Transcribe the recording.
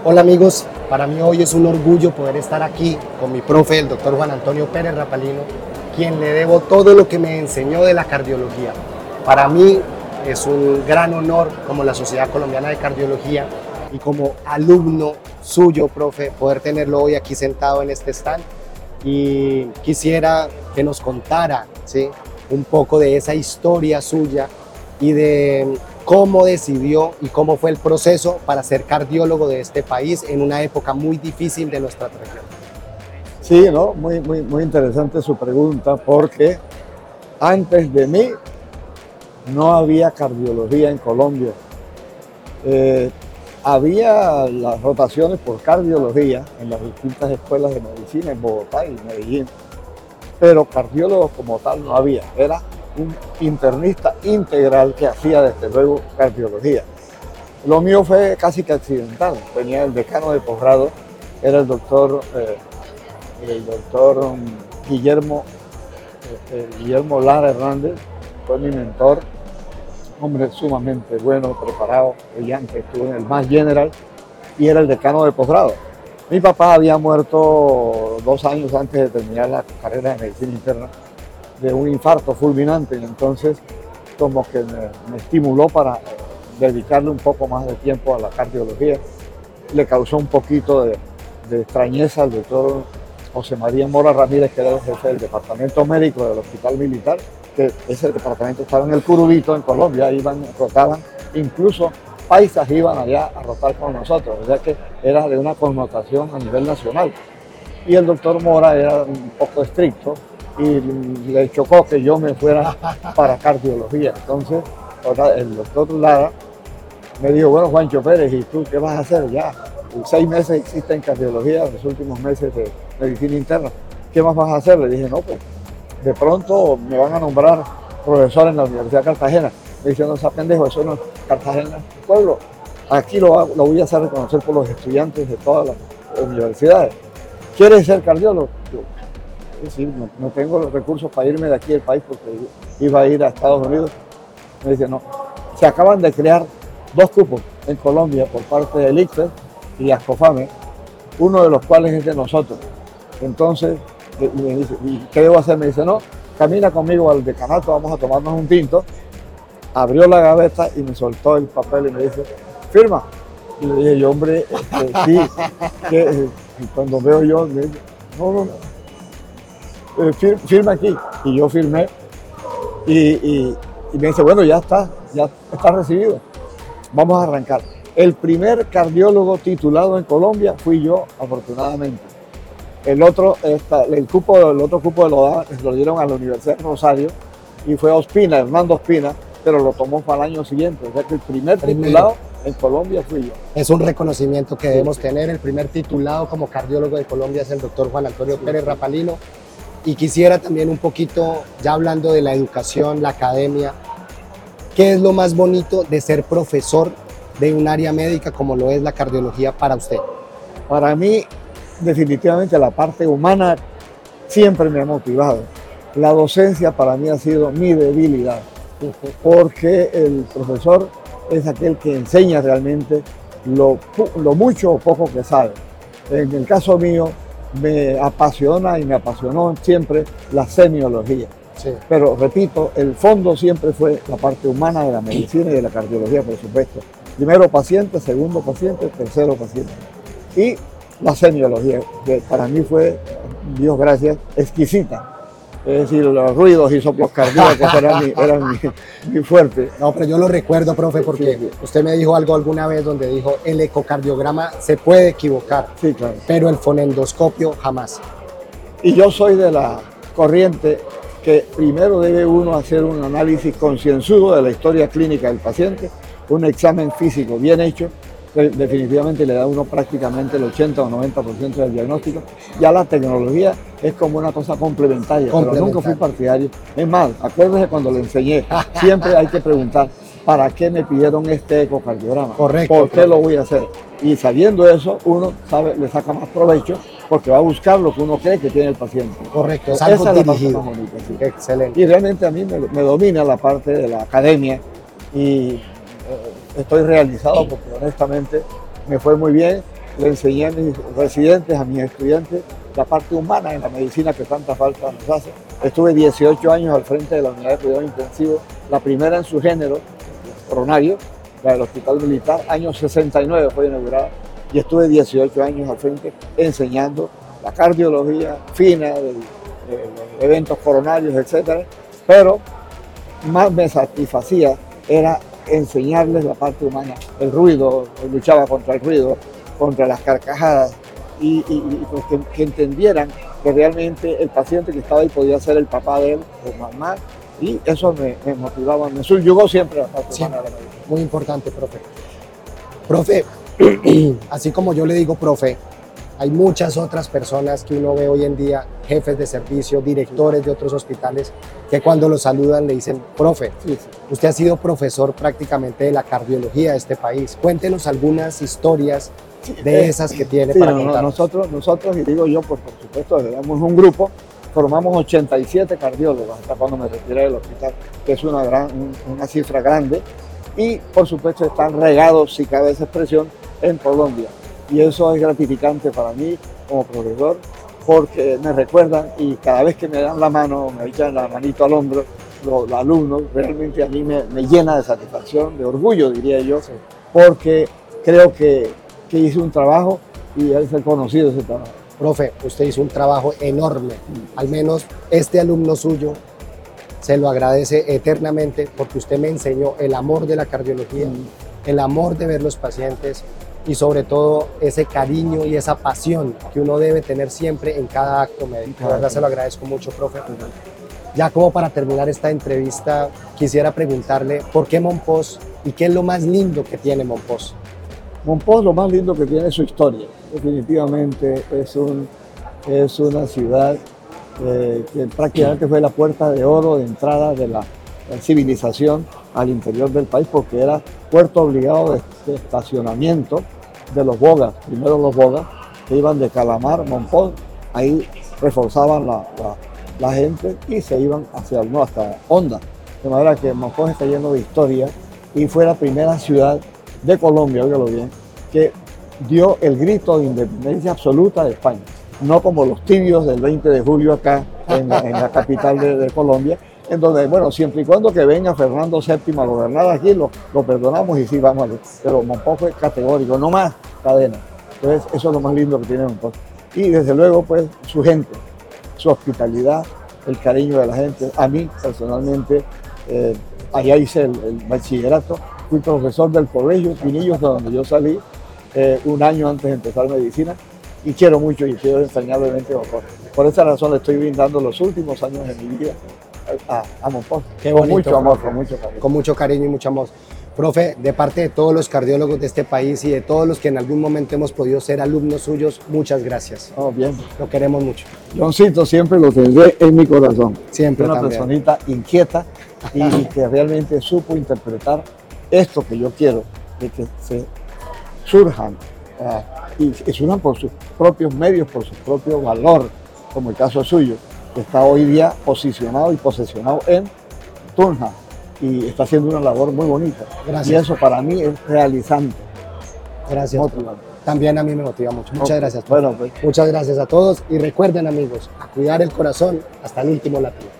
Hola amigos, para mí hoy es un orgullo poder estar aquí con mi profe, el doctor Juan Antonio Pérez Rapalino, quien le debo todo lo que me enseñó de la cardiología. Para mí es un gran honor como la Sociedad Colombiana de Cardiología y como alumno suyo, profe, poder tenerlo hoy aquí sentado en este stand. Y quisiera que nos contara, ¿sí?, un poco de esa historia suya y de cómo decidió y cómo fue el proceso para ser cardiólogo de este país en una época muy difícil de nuestra región. Sí, ¿no? Muy interesante su pregunta, porque antes de mí no había cardiología en Colombia. Había las rotaciones por cardiología en las distintas escuelas de medicina en Bogotá y Medellín, pero cardiólogos como tal no había. Era un internista integral que hacía desde luego cardiología. Lo mío fue casi que accidental. Tenía el decano de posgrado, era el doctor Guillermo Lara Hernández, fue mi mentor, hombre sumamente bueno, preparado, brillante, estuvo en el Mass General y era el decano de posgrado. Mi papá había muerto 2 años antes de terminar la carrera de medicina interna de un infarto fulminante, y entonces como que me estimuló para dedicarle un poco más de tiempo a la cardiología. Le causó un poquito de extrañeza al doctor José María Mora Ramírez, que era el jefe del departamento médico del Hospital Militar, que ese departamento estaba en el Curubito, en Colombia, rotaban, incluso paisas iban allá a rotar con nosotros, o sea que era de una connotación a nivel nacional. Y el doctor Mora era un poco estricto y le chocó que yo me fuera para cardiología. Entonces el doctor Lara me dijo, bueno, Juancho Pérez, ¿y tú qué vas a hacer? Ya 6 meses hiciste en cardiología, los últimos meses de medicina interna, ¿qué más vas a hacer? Le dije, no, pues de pronto me van a nombrar profesor en la Universidad de Cartagena. Me dice, no seas pendejo, eso no es Cartagena, pueblo. Aquí lo voy a hacer reconocer por los estudiantes de todas las universidades. ¿Quieres ser cardiólogo? Yo, sí, no tengo los recursos para irme de aquí del país porque iba a ir a Estados Unidos. Me dice, no, se acaban de crear 2 cupos en Colombia por parte del ICFES y Ascofame, uno de los cuales es de nosotros. Entonces, me dice, ¿y qué debo hacer? Me dice, no, camina conmigo al decanato, vamos a tomarnos un tinto. Abrió la gaveta y me soltó el papel y me dice, firma. Y le dije, yo, hombre, sí. Y cuando veo yo, me dice, no, firma aquí. Y yo firmé. Y me dice, bueno, ya está recibido. Vamos a arrancar. El primer cardiólogo titulado en Colombia fui yo, afortunadamente. El otro cupo lo dieron a la Universidad de Rosario y fue Ospina, Hernando Ospina, pero lo tomó para el año siguiente. O sea que el primer titulado en Colombia fui yo. Es un reconocimiento que debemos tener. El primer titulado como cardiólogo de Colombia es el doctor Juan Antonio Pérez Rapalino. Y quisiera también un poquito, ya hablando de la educación, la academia, ¿qué es lo más bonito de ser profesor de un área médica como lo es la cardiología para usted? Para mí, definitivamente la parte humana siempre me ha motivado. La docencia para mí ha sido mi debilidad, porque el profesor es aquel que enseña realmente lo mucho o poco que sabe. En el caso mío, me apasiona y me apasionó siempre la semiología. Sí. Pero repito, el fondo siempre fue la parte humana de la medicina y de la cardiología, por supuesto. Primero paciente, segundo paciente, tercero paciente. Y la semiología, que para mí fue, Dios gracias, exquisita. Es decir, los ruidos y soplos cardíacos eran mi fuerte. No, pero yo lo recuerdo, profe, porque usted me dijo algo alguna vez donde dijo, el ecocardiograma se puede equivocar, sí, claro, pero el fonendoscopio jamás. Y yo soy de la corriente que primero debe uno hacer un análisis concienzudo de la historia clínica del paciente, un examen físico bien hecho, que definitivamente le da a uno prácticamente el 80 o 90% del diagnóstico. Ya la tecnología es como una cosa complementaria, pero nunca fui partidario. Es más, acuérdese cuando le enseñé, siempre hay que preguntar, ¿para qué me pidieron este ecocardiograma? Correcto. ¿Por qué lo voy a hacer? Y sabiendo eso, uno le saca más provecho porque va a buscar lo que uno cree que tiene el paciente. Correcto, esa es la parte más bonita. Sí. Excelente. Y realmente a mí me domina la parte de la academia y estoy realizado porque honestamente me fue muy bien. le enseñé a mis residentes, a mis estudiantes, la parte humana en la medicina que tanta falta nos hace. Estuve 18 años al frente de la unidad de cuidado intensivo, la primera en su género, coronario, la del Hospital Militar, año 69 fue inaugurada, y estuve 18 años al frente enseñando la cardiología fina, de eventos coronarios, etc. Pero más me satisfacía era enseñarles la parte humana, el ruido, luchaba contra el ruido, contra las carcajadas, y pues que entendieran que realmente el paciente que estaba ahí podía ser el papá de él o mamá, y eso me motivaba, me subyugó siempre la parte humana de la medicina. Muy importante, profe. Profe, así como yo le digo profe, hay muchas otras personas que uno ve hoy en día, jefes de servicio, directores de otros hospitales, que cuando lo saludan le dicen, profe, Sí. usted ha sido profesor prácticamente de la cardiología de este país. Cuéntenos algunas historias de esas que tiene para contar. Nosotros, y digo yo, pues por supuesto, éramos un grupo, formamos 87 cardiólogos hasta cuando me retiré del hospital, que es una cifra grande, y por supuesto están regados, si cabe esa expresión, en Colombia. Y eso es gratificante para mí como profesor, porque me recuerdan y cada vez que me dan la mano, me echan la manito al hombro, los alumnos, realmente a mí me llena de satisfacción, de orgullo, diría yo, porque creo que hice un trabajo y es reconocido ese trabajo. Profe, usted hizo un trabajo enorme, al menos este alumno suyo se lo agradece eternamente porque usted me enseñó el amor de la cardiología, el amor de ver los pacientes y sobre todo ese cariño y esa pasión que uno debe tener siempre en cada acto médico. De verdad se lo agradezco mucho, profe. Ya como para terminar esta entrevista, quisiera preguntarle por qué Mompox y qué es lo más lindo que tiene Mompox. Mompox lo más lindo que tiene es su historia. Definitivamente es una ciudad que prácticamente fue la puerta de oro de entrada de la civilización al interior del país, porque era puerto obligado de estacionamiento de los bogas. Primero los bogas que iban de Calamar, Mompox, ahí reforzaban la gente y se iban hacia el norte, hasta Honda. De manera que Mompox está lleno de historia y fue la primera ciudad de Colombia, óigalo bien, que dio el grito de independencia absoluta de España. No como los tibios del 20 de julio acá en la capital de Colombia, en donde, bueno, siempre y cuando que venga Fernando VII a gobernar aquí, lo perdonamos y sí vamos a ver. Pero Mompox fue categórico, no más cadena. Entonces, eso es lo más lindo que tiene Mompox. Y desde luego, pues, su gente, su hospitalidad, el cariño de la gente. A mí, personalmente, allá hice el bachillerato, fui profesor del colegio Pinillos, de donde yo salí un año antes de empezar medicina, y quiero mucho y quiero entrañablemente Mompox. Por esa razón le estoy brindando los últimos años de mi vida a Mompox. Qué bonito, con mucho amor, profe. con mucho cariño. Con mucho cariño y mucho amor. Profe, de parte de todos los cardiólogos de este país y de todos los que en algún momento hemos podido ser alumnos suyos, muchas gracias. Oh, bien. Lo queremos mucho. Johncito, siempre lo tendré en mi corazón. Siempre Una también. personita inquieta y que realmente supo interpretar esto que yo quiero, de que se surjan y surjan por sus propios medios, por su propio valor, como el caso suyo, que está hoy día posicionado y posesionado en Tunja y está haciendo una labor muy bonita. Gracias. Y eso para mí es realizante. Gracias. Motivante. También a mí me motiva mucho. Muchas gracias. profe. Bueno, pues. Muchas gracias a todos y recuerden, amigos, a cuidar el corazón hasta el último latido.